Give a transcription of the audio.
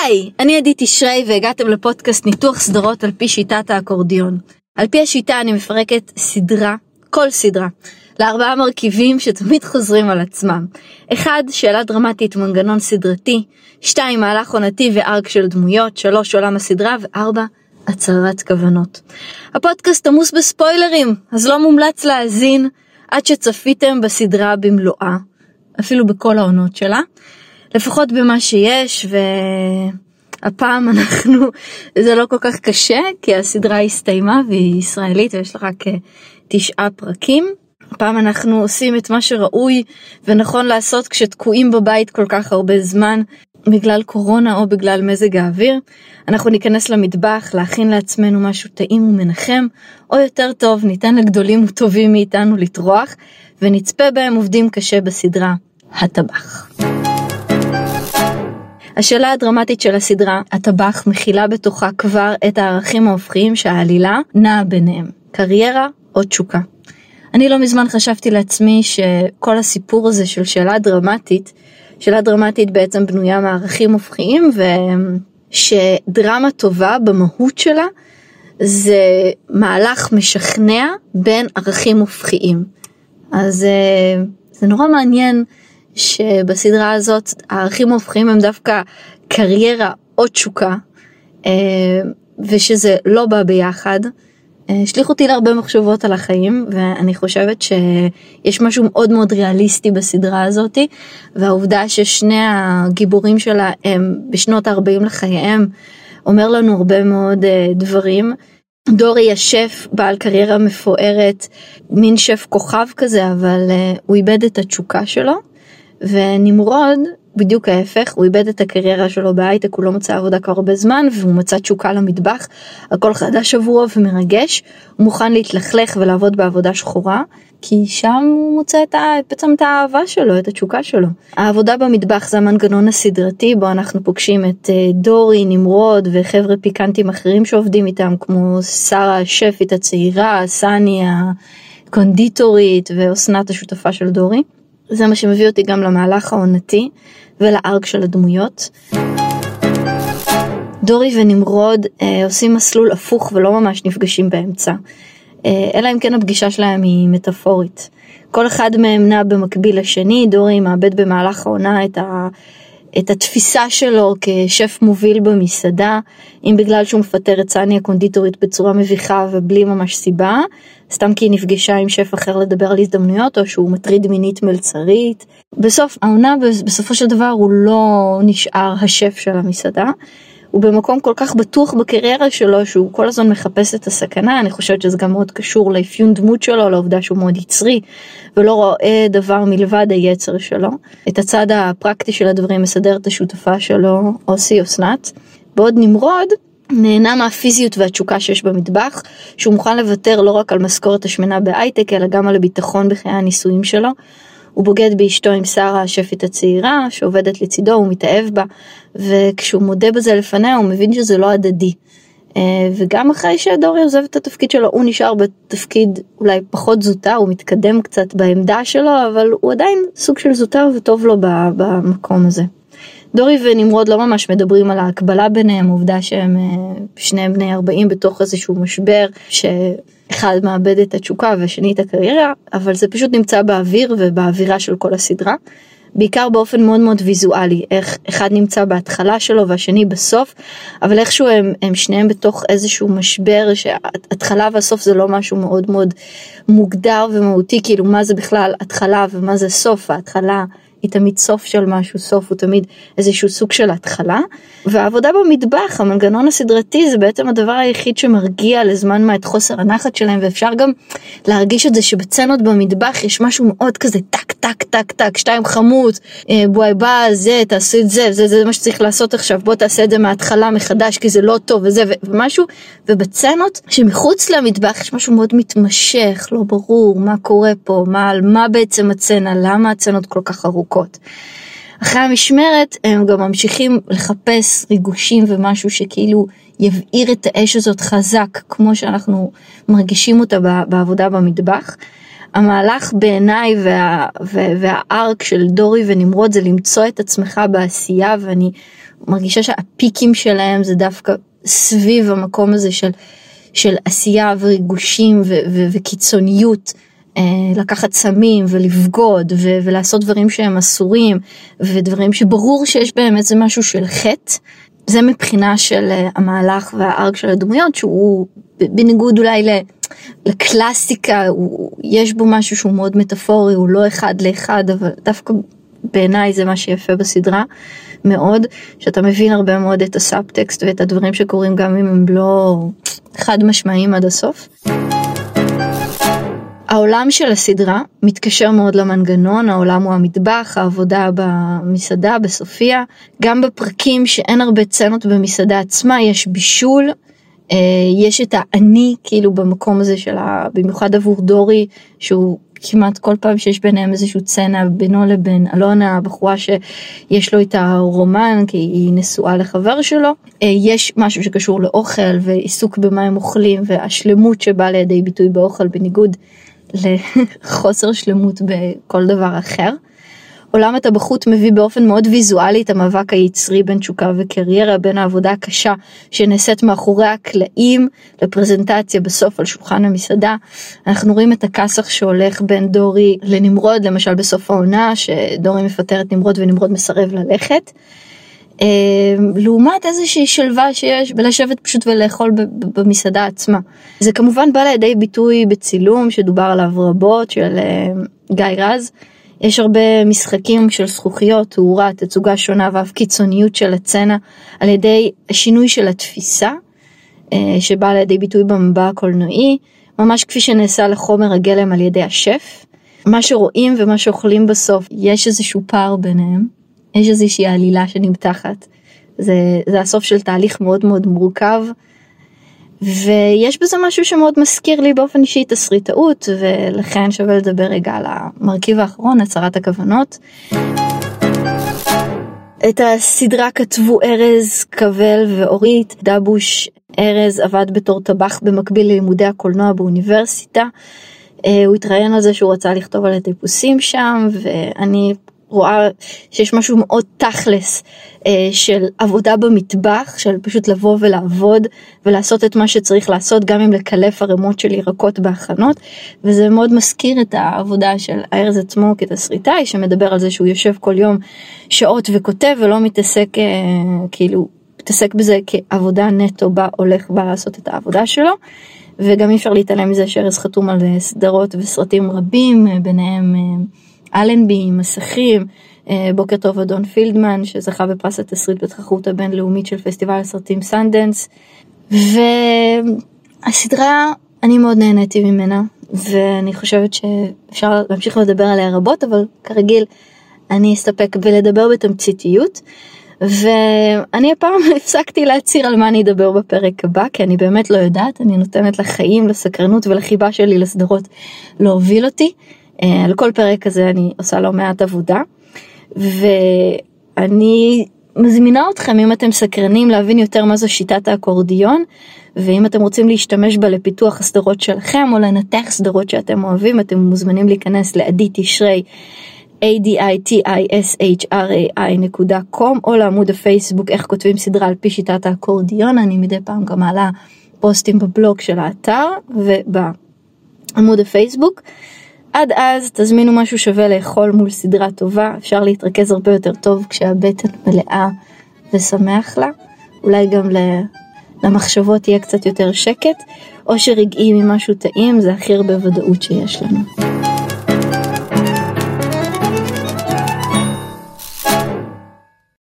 היי, אני עדית ישרי והגעתם לפודקאסט ניתוח סדרות על פי שיטת האקורדיון. על פי השיטה אני מפרקת סדרה, כל סדרה, לארבעה מרכיבים שתמיד חוזרים על עצמם. 1. שאלה דרמטית, מנגנון סדרתי. 2. מהלך עונתי וארק של דמויות. 3. עולם הסדרה. ו4. הצהרת כוונות. הפודקאסט עמוס בספוילרים, אז לא מומלץ להאזין עד שצפיתם בסדרה במלואה, אפילו בכל העונות שלה. לפחות במה שיש, והפעם זה לא כל כך קשה, כי הסדרה הסתיימה והיא ישראלית ויש לה רק 9 פרקים. הפעם אנחנו עושים את מה שראוי ונכון לעשות כשתקועים בבית כל כך הרבה זמן, בגלל קורונה או בגלל מזג האוויר. אנחנו ניכנס למטבח, להכין לעצמנו משהו טעים ומנחם, או יותר טוב, ניתן לגדולים וטובים מאיתנו לטרוח, ונצפה בהם עובדים קשה בסדרה הטבח. השאלה הדרמטית של הסדרה, הטבח, מכילה בתוכה כבר את הערכים ההופכיים שהעלילה נעה ביניהם, קריירה או תשוקה. אני לא מזמן חשבתי לעצמי שכל הסיפור הזה של שאלה דרמטית בעצם בנויה מערכים הופכיים, ושדרמה טובה במהות שלה זה מהלך משכנע בין ערכים הופכיים. אז זה נורא מעניין שבסדרה הזאת הערכים ההופכיים הם דווקא קריירה או תשוקה, ושזה לא בא ביחד. השליך אותי להרבה מחשבות על החיים, ואני חושבת שיש משהו מאוד מאוד ריאליסטי בסדרה הזאת, והעובדה ששני הגיבורים שלה הם בשנות ה-40 לחייהם, אומר לנו הרבה מאוד דברים. דורי השף, בעל קריירה מפוארת, מין שף כוכב כזה, אבל הוא איבד את התשוקה שלו, ונמרוד, בדיוק ההפך, הוא איבד את הקריירה שלו בהייטק, הוא לא מצא עבודה כבר הרבה זמן, והוא מצא תשוקה למטבח, הכל חדש עבורו ומרגש, הוא מוכן להתלכלך ולעבוד בעבודה שחורה, כי שם הוא מוצא בעצם את האהבה שלו, את התשוקה שלו. העבודה במטבח זה המנגנון הסדרתי, בו אנחנו פוגשים את דורי, נמרוד וחבר'ה פיקנטים אחרים שעובדים איתם, כמו שרה השפית הצעירה, סני הקונדיטורית ואוסנת השותפה של דורי. זה מה שמביא אותי גם למהלך העונתי ולארק של הדמויות. דורי ונמרוד עושים מסלול הפוך ולא ממש נפגשים באמצע, אלא אם כן הפגישה שלהם היא מטאפורית. כל אחד מהם נע במקביל לשני. דורי מאבד במהלך העונה את התפיסה שלו כשף מוביל במסעדה, אם בגלל שהוא מפטר את סני הקונדיטורית בצורה מביכה ובלי ממש סיבה, סתם כי היא נפגשה עם שף אחר לדבר על הזדמנויות, או שהוא מטריד מינית מלצרית. בסוף העונה, בסופו של דבר, הוא לא נשאר השף של המסעדה. הוא במקום כל כך בטוח בקריירה שלו, שהוא כל הזמן מחפש את הסכנה. אני חושבת שזה גם מאוד קשור לאפיון דמות שלו, לעובדה שהוא מאוד יצרי, ולא רואה דבר מלבד היצר שלו. את הצד הפרקטי של הדברים מסדר את השותפה שלו, אוסנת. בעוד נמרוד נהנה מהפיזיות והתשוקה שיש במטבח, שהוא מוכן לוותר לא רק על משכורת השמנה בהייטק, אלא גם על הביטחון בחיי הנישואים שלו. הוא בוגד באשתו עם שרה השפית הצעירה, שעובדת לצידו, הוא מתאהב בה, וכשהוא מודה בזה לפניה, הוא מבין שזה לא הדדי. וגם אחרי שדורי עוזב את התפקיד שלו, הוא נשאר בתפקיד אולי פחות זוטר, הוא מתקדם קצת בעמדה שלו, אבל הוא עדיין סוג של זוטר וטוב לו במקום הזה. דורי ונמרוד לא ממש מדברים על ההקבלה ביניהם, העובדה שהם שניהם בני 40 בתוך איזשהו משבר, שאחד מאבד את התשוקה והשני את הקריירה, אבל זה פשוט נמצא באוויר ובאווירה של כל הסדרה, בעיקר באופן מאוד מאוד ויזואלי, איך אחד נמצא בהתחלה שלו והשני בסוף, אבל איכשהו הם שניהם בתוך איזשהו משבר, שההתחלה והסוף זה לא משהו מאוד מאוד מוגדר ומהותי, כאילו מה זה בכלל התחלה ומה זה סוף. ההתחלה היא תמיד סוף של משהו, סוף הוא תמיד איזשהו סוג של התחלה, והעבודה במטבח, המנגנון הסדרתי, זה בעצם הדבר היחיד שמרגיע לזמן מה את חוסר הנחת שלהם, ואפשר גם להרגיש את זה שבצנות במטבח יש משהו מאוד כזה טק טק טק טק, 2 חמוד, בואי בא, זה, תעשו את זה מה שצריך לעשות עכשיו, בוא תעשה את זה מההתחלה מחדש, כי זה לא טוב וזה ומשהו, ובצנות שמחוץ למטבח יש משהו מאוד מתמשך, לא ברור מה קורה פה, מה בעצם הצנה, למה הצנות כל כך ארוכות. אחרי המשמרת הם גם ממשיכים לחפש ריגושים ומשהו שכאילו יבעיר את האש הזאת חזק, כמו שאנחנו מרגישים אותה בעבודה במטבח. המהלך בעיניי והארק של דורי ונמרוד זה למצוא את עצמך בעשייה, ואני מרגישה שהפיקים שלהם זה דווקא סביב המקום הזה של עשייה וריגושים וקיצוניות, לקחת סמים ולבגוד ולעשות דברים שהם אסורים, ודברים שברור שיש בהם איזה משהו של חטא. זה מבחינה של המהלך והארק של הדמויות, שהוא בניגוד אולי לקלאסיקה, יש בו משהו שהוא מאוד מטאפורי, הוא לא אחד לאחד, אבל דווקא בעיניי זה מה שיפה בסדרה מאוד, שאתה מבין הרבה מאוד את הסאבטקסט ואת הדברים שקורים גם אם הם לא חד משמעיים עד הסוף. העולם של הסדרה מתקשר מאוד למנגנון, העולם הוא המטבח, העבודה במסעדה, בסופיה, גם בפרקים שאין הרבה צנות במסעדה עצמה, יש בישול, יש את העני כאילו במקום הזה במיוחד עבור דורי, שהוא כמעט כל פעם שיש ביניהם איזשהו צנה בינו לבין אלונה, הבחורה שיש לו את הרומן כי היא נשואה לחבר שלו, יש משהו שקשור לאוכל ועיסוק במה הם אוכלים והשלמות שבאה לידי ביטוי באוכל בניגוד לחוסר שלמות בכל דבר אחר. עולם הטבחות מביא באופן מאוד ויזואלי את המאבק היצרי בין תשוקה וקריירה, בין העבודה הקשה שנעשית מאחורי הקלעים לפרזנטציה בסוף על שולחן המסעדה. אנחנו רואים את הכסח שהולך בין דורי לנמרוד, למשל בסוף העונה שדורי מפטר את נמרוד ונמרוד מסרב ללכת, לעומת איזושהי שלווה שיש בלשבת פשוט ולאכול במסעדה עצמה. זה כמובן בא לידי ביטוי בצילום שדובר עליו רבות של גיא רז. יש הרבה משחקים של זכוכיות, תאורה, תצוגה שונה ואף קיצוניות של הצנה על ידי השינוי של התפיסה שבא לידי ביטוי במבע הקולנועי, ממש כפי שנעשה לחומר הגלם על ידי השף. מה שרואים ומה שאוכלים בסוף, יש איזשהו פער ביניהם. יש איזושהי עלילה שנמתחת, זה הסוף של תהליך מאוד מאוד מורכב, ויש בזה משהו שמאוד מזכיר לי באופן אישי תסריטאות, ולכן שווה לדבר רגע על המרכיב האחרון, הצהרת הכוונות. את הסדרה כתבו ארז קבל ואורית דבוש. ארז עבד בתור טבח במקביל ללימודי הקולנוע באוניברסיטה, הוא התראיין על זה שהוא רצה לכתוב על הטיפוסים שם, ואני רואה שיש משהו מאוד תכלס של עבודה במטבח, של פשוט לבוא ולעבוד ולעשות את מה שצריך לעשות, גם אם לקלף הרמות של ירקות בהכנות, וזה מאוד מזכיר את העבודה של ארז עצמו כתסריטאי, שמדבר על זה שהוא יושב כל יום שעות וכותב, ולא מתעסק מתעסק בזה כעבודה נטו, הולך לעשות את העבודה שלו. וגם אי אפשר להתעלם מזה שארז חתום על סדרות וסרטים רבים, ביניהם אלנבי, מסכים, בוקר טוב אדון פילדמן, שזכה בפרס התסריט בתחרות הבינלאומית של פסטיבל הסרטים סנדנס. והסדרה, אני מאוד נהניתי ממנה, ואני חושבת שאפשר להמשיך לדבר עליה רבות, אבל כרגיל אני אסתפק בלדבר בתמציתיות. ואני הפעם הפסקתי להציר על מה אני אדבר בפרק הבא, כי אני באמת לא יודעת, אני נותנת לחיים, לסקרנות ולחיבה שלי לסדרות להוביל אותי. על כל פרק הזה אני עושה לא מעט עבודה, ואני מזמינה אתכם, אם אתם סקרנים להבין יותר מה זו שיטת האקורדיון, ואם אתם רוצים להשתמש בה לפיתוח הסדרות שלכם, או לנתח סדרות שאתם אוהבים, אתם מוזמנים להיכנס לעדי תשרי, aditishrai.com, או לעמוד הפייסבוק איך כותבים סדרה על פי שיטת האקורדיון. אני מדי פעם גם מעלה פוסטים בבלוג של האתר ובעמוד הפייסבוק. עד אז תזמינו משהו שווה לאכול מול סדרה טובה, אפשר להתרכז הרבה יותר טוב כשהבטן מלאה ושמח לה, אולי גם למחשבות יהיה קצת יותר שקט, או שרגעים ממשהו טעים, זה הכי הרבה ודאות שיש לנו.